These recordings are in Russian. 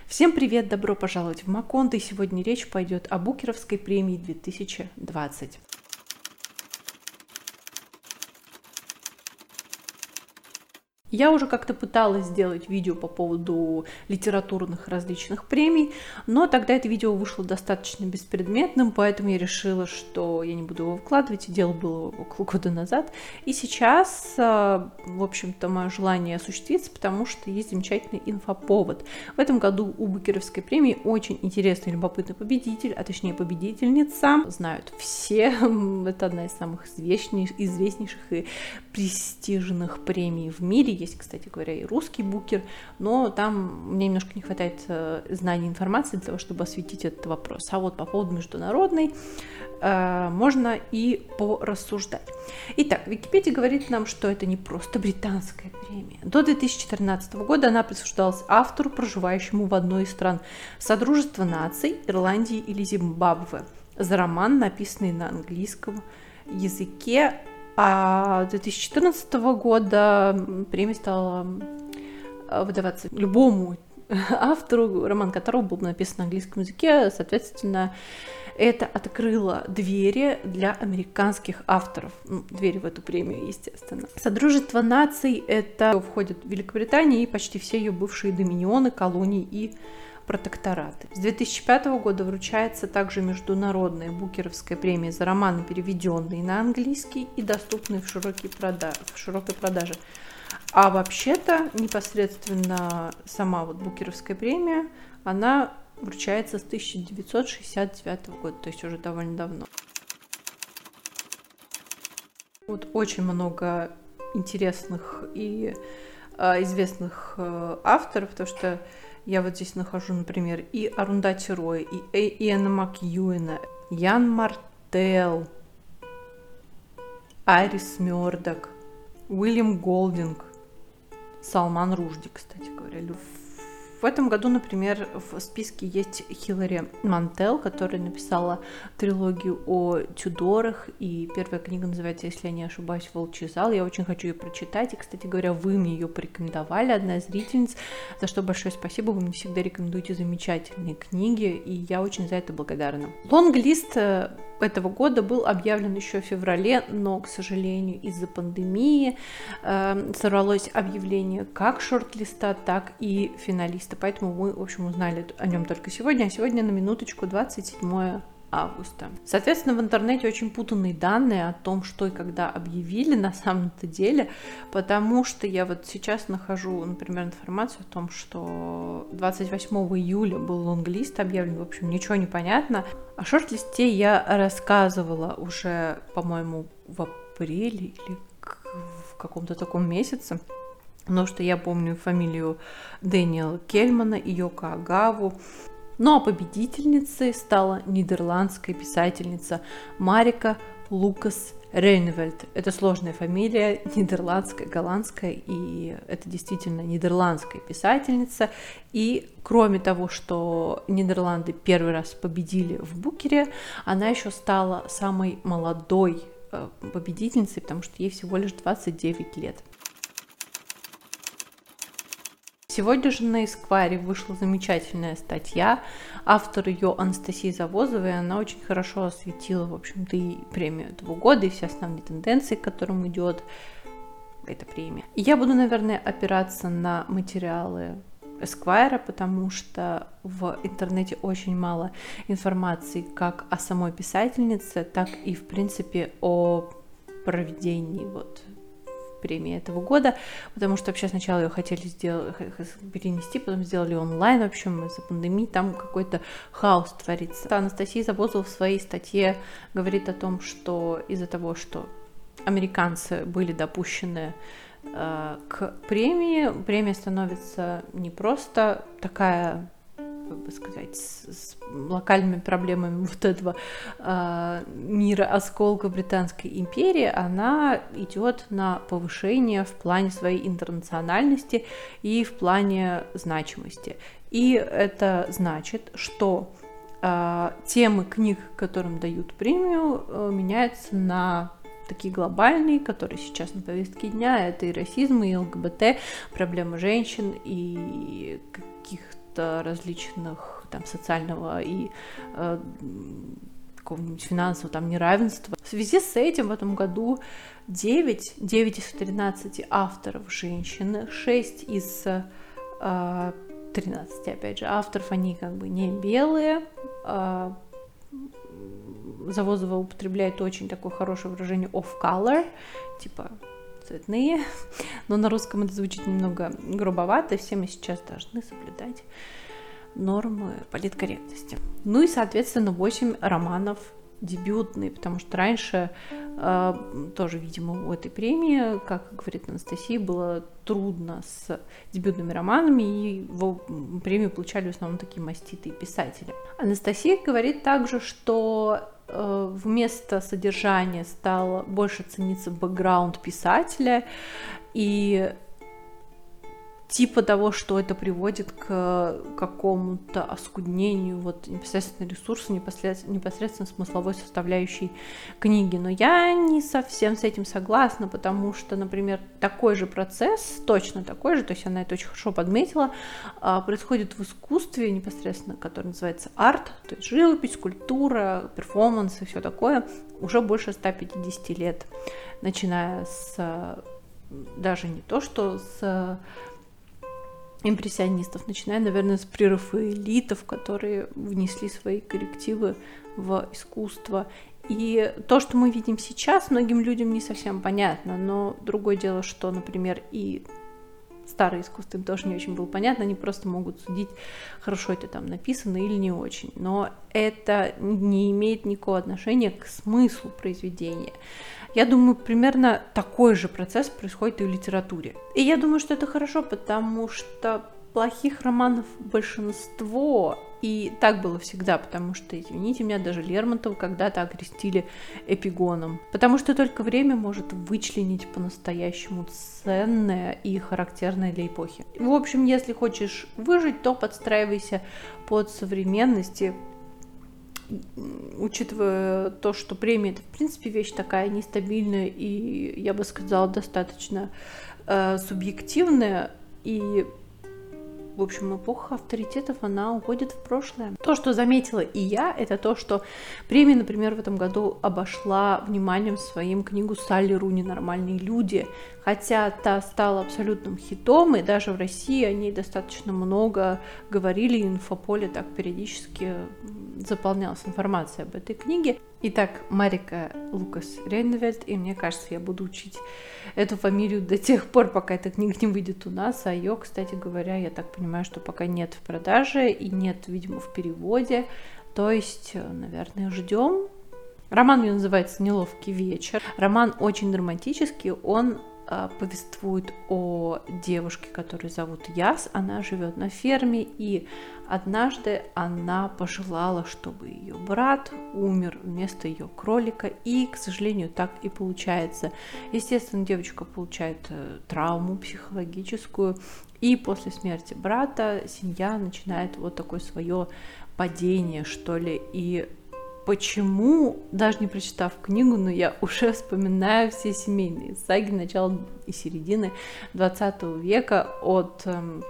Всем привет, добро пожаловать в Маконт, и сегодня речь пойдет о Букеровской премии 2020. Я уже как-то пыталась сделать видео по поводу литературных различных премий, но тогда это видео вышло достаточно беспредметным, поэтому я решила, что я не буду его выкладывать, и дело было около года назад. И сейчас, в общем-то, мое желание осуществится, потому что есть замечательный инфоповод. В этом году у Букеровской премии очень интересный, любопытный победитель, а точнее победительница. Знают все, это одна из самых известнейших и престижных премий в мире. Есть, кстати говоря, и русский букер, но там мне немножко не хватает знаний, информации для того, чтобы осветить этот вопрос. А вот по поводу международной можно и порассуждать. Итак, Википедия говорит нам, что это не просто британская премия. До 2014 года она присуждалась автору, проживающему в одной из стран Содружества наций, Ирландии или Зимбабве, за роман, написанный на английском языке. А 2014 года премия стала выдаваться любому автору, роман которого был написан на английском языке. Соответственно, это открыло двери для американских авторов. Двери в эту премию, естественно. Содружество наций — это входит Великобритания и почти все ее бывшие доминионы, колонии и протектораты. С 2005 года вручается также международная Букеровская премия за романы, переведенные на английский и доступные в широкой продаже. А вообще-то непосредственно сама вот Букеровская премия, она вручается с 1969 года, то есть уже довольно давно. Вот очень много интересных и известных авторов, потому что я вот здесь нахожу, например, и Арундати Роя, и Иэна Макьюэна, Ян Мартел, Айрис Мёрдок, Уильям Голдинг, Салман Ружди, кстати говоря. В этом году, например, в списке есть Хилари Мантел, которая написала трилогию о Тюдорах, и первая книга называется, если я не ошибаюсь, «Волчий зал». Я очень хочу ее прочитать, и, кстати говоря, вы мне ее порекомендовали, одна из зрительниц, за что большое спасибо, вы мне всегда рекомендуете замечательные книги, и я очень за это благодарна. Лонглист этого года был объявлен еще в феврале, но, к сожалению, из-за пандемии сорвалось объявление как шорт-листа, так и финалиста. Поэтому мы, в общем, узнали о нем только сегодня, а сегодня на минуточку 27 августа. Соответственно, в интернете очень путанные данные о том, что и когда объявили на самом-то деле, потому что я вот сейчас нахожу, например, информацию о том, что 28 июля был лонглист объявлен, в общем, ничего не понятно. О шорт-листе я рассказывала уже, по-моему, в апреле или в каком-то таком месяце, потому что я помню фамилию Дэниела Кельмана и Йоко Агаву. Ну а победительницей стала нидерландская писательница Марика Лукас Рейневельд. Это сложная фамилия, нидерландская, голландская, и это действительно нидерландская писательница. И кроме того, что Нидерланды первый раз победили в Букере, она еще стала самой молодой победительницей, потому что ей всего лишь 29 лет. Сегодня же на Эсквайре вышла замечательная статья, автор ее Анастасия Завозова, и она очень хорошо осветила, в общем-то, и премию этого года, и все основные тенденции, к которым идет эта премия. И я буду, наверное, опираться на материалы Эсквайра, потому что в интернете очень мало информации как о самой писательнице, так и, в принципе, о проведении премии этого года, потому что вообще сначала ее хотели перенести, потом сделали онлайн, в общем, из-за пандемии там какой-то хаос творится. Анастасия Завозова в своей статье говорит о том, что из-за того, что американцы были допущены к премии, премия становится не просто такая, как бы сказать, с локальными проблемами вот этого мира осколка Британской империи, она идет на повышение в плане своей интернациональности и в плане значимости. И это значит, что темы книг, которым дают премию, меняются на такие глобальные, которые сейчас на повестке дня. Это и расизм, и ЛГБТ, проблемы женщин, и каких-то различных там социального и какого-нибудь финансового там неравенства. В связи с этим в этом году 9 из 13 авторов женщины, 6 из 13, опять же, авторов, они как бы не белые. Завозова употребляет очень такое хорошее выражение of color, типа цветные, но на русском это звучит немного грубовато, все мы сейчас должны соблюдать нормы политкорректности. Ну и, соответственно, 8 романов дебютные, потому что раньше тоже, видимо, у этой премии, как говорит Анастасия, было трудно с дебютными романами, и премию получали в основном такие маститые писатели. Анастасия говорит также, что вместо содержания стал больше цениться бэкграунд писателя, и типа того, что это приводит к какому-то оскуднению вот непосредственно ресурса, непосредственно смысловой составляющей книги. Но я не совсем с этим согласна, потому что, например, такой же процесс, точно такой же, то есть она это очень хорошо подметила, происходит в искусстве непосредственно, который называется арт, то есть живопись, скульптура, перформанс и все такое, уже больше 150 лет, начиная с даже не то, что с импрессионистов, начиная, наверное, с прерафаэлитов, которые внесли свои коррективы в искусство. И то, что мы видим сейчас, многим людям не совсем понятно, но другое дело, что, например, и старое искусство им тоже не очень было понятно, они просто могут судить, хорошо это там написано или не очень, но это не имеет никакого отношения к смыслу произведения. Я думаю, примерно такой же процесс происходит и в литературе. И я думаю, что это хорошо, потому что плохих романов большинство, и так было всегда, потому что, извините меня, даже Лермонтова когда-то окрестили эпигоном. Потому что только время может вычленить по-настоящему ценное и характерное для эпохи. В общем, если хочешь выжить, то подстраивайся под современность. Учитывая то, что премия это, в принципе, вещь такая нестабильная и, я бы сказала, достаточно субъективная, и, в общем, эпоха авторитетов, она уходит в прошлое. То, что заметила и я, это то, что премия, например, в этом году обошла вниманием своим книгу Салли Руни «Нормальные люди», хотя та стала абсолютным хитом, и даже в России о ней достаточно много говорили, и инфополе так периодически заполнялась информация об этой книге. Итак, Марика Лукас Рейневельд, и мне кажется, я буду учить эту фамилию до тех пор, пока эта книга не выйдет у нас, а ее, кстати говоря, я так понимаю, что пока нет в продаже и нет, видимо, в переводе, то есть, наверное, ждем. Роман ее называется «Неловкий вечер». Роман очень драматический, он повествует о девушке, которую зовут Яс. Она живет на ферме, и однажды она пожелала, чтобы ее брат умер вместо ее кролика, и, к сожалению, так и получается. Естественно, девочка получает травму психологическую, и после смерти брата семья начинает вот такое свое падение, что ли, и почему, даже не прочитав книгу, но я уже вспоминаю все семейные саги начала и середины 20 века от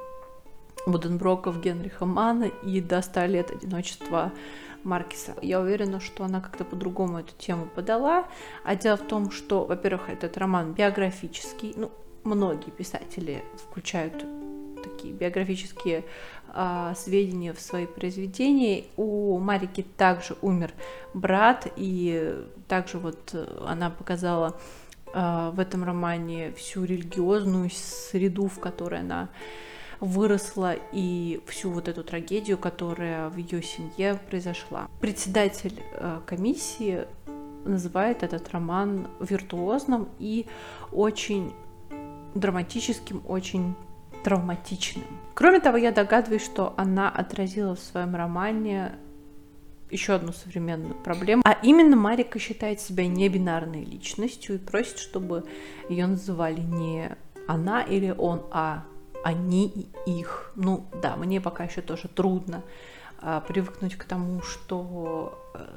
Буденброков, Генриха Манна и до 100 лет одиночества Маркеса. Я уверена, что она как-то по-другому эту тему подала. А дело в том, что, во-первых, этот роман биографический. Многие писатели включают такие биографические сведения в свои произведения. У Марики также умер брат, и также вот она показала в этом романе всю религиозную среду, в которой она выросла, и всю вот эту трагедию, которая в ее семье произошла. Председатель комиссии называет этот роман виртуозным и очень драматическим, очень травматичным. Кроме того, я догадываюсь, что она отразила в своем романе еще одну современную проблему, а именно Марика считает себя небинарной личностью и просит, чтобы ее называли не она или он, а они и их. Да, мне пока еще тоже трудно привыкнуть к тому, что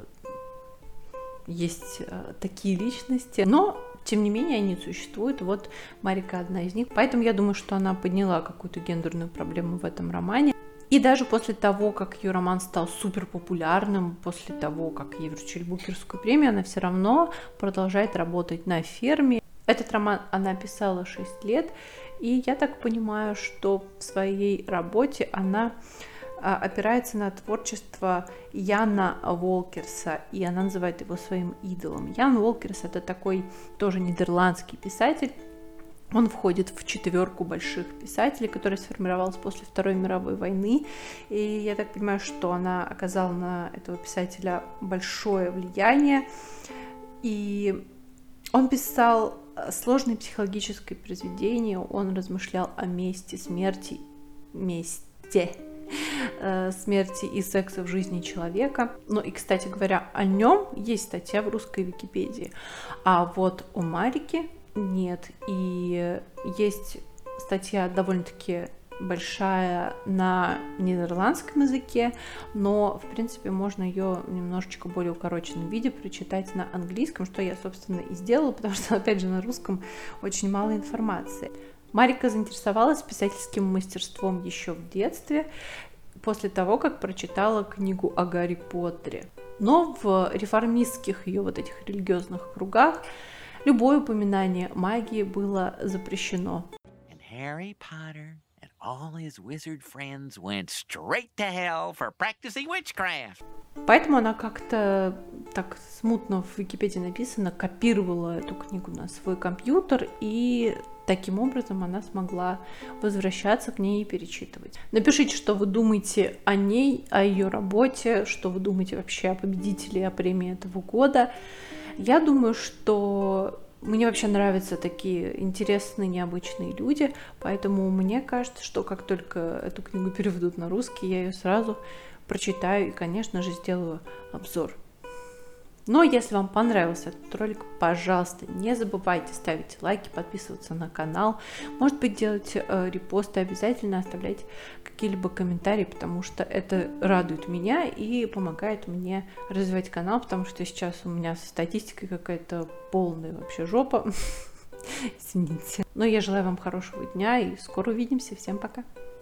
есть такие личности, но тем не менее они существуют, вот Марика одна из них, поэтому я думаю, что она подняла какую-то гендерную проблему в этом романе. И даже после того, как ее роман стал супер популярным, после того, как ей вручили Букерскую премию, она все равно продолжает работать на ферме. Этот роман она писала 6 лет, и я так понимаю, что в своей работе она опирается на творчество Яна Волкерса, и она называет его своим идолом. Ян Волкерс — это такой тоже нидерландский писатель. Он входит в 4 больших писателей, которая сформировалась после Второй мировой войны. И я так понимаю, что она оказала на этого писателя большое влияние. И он писал сложное психологическое произведение, он размышлял о месте, смерти и секса в жизни человека. Ну и, кстати говоря, о нем есть статья в русской Википедии, а вот о Марике нет. И есть статья довольно-таки большая на нидерландском языке, но, в принципе, можно ее в немножечко более укороченном виде прочитать на английском, что я, собственно, и сделала, потому что, опять же, на русском очень мало информации. Марика заинтересовалась писательским мастерством еще в детстве, после того, как прочитала книгу о Гарри Поттере. Но в реформистских ее вот этих религиозных кругах любое упоминание магии было запрещено. Harry Potter and all his wizard friends went straight to hell for practicing witchcraft. Поэтому она как-то так смутно в Википедии написано, копировала эту книгу на свой компьютер, и таким образом она смогла возвращаться к ней и перечитывать. Напишите, что вы думаете о ней, о ее работе, что вы думаете вообще о победителе, о премии этого года. Я думаю, что мне вообще нравятся такие интересные, необычные люди, поэтому мне кажется, что как только эту книгу переведут на русский, я ее сразу прочитаю и, конечно же, сделаю обзор. Но если вам понравился этот ролик, пожалуйста, не забывайте ставить лайки, подписываться на канал, может быть, делать репосты, обязательно оставлять какие-либо комментарии, потому что это радует меня и помогает мне развивать канал, потому что сейчас у меня со статистикой какая-то полная вообще жопа. Извините. Но я желаю вам хорошего дня и скоро увидимся. Всем пока.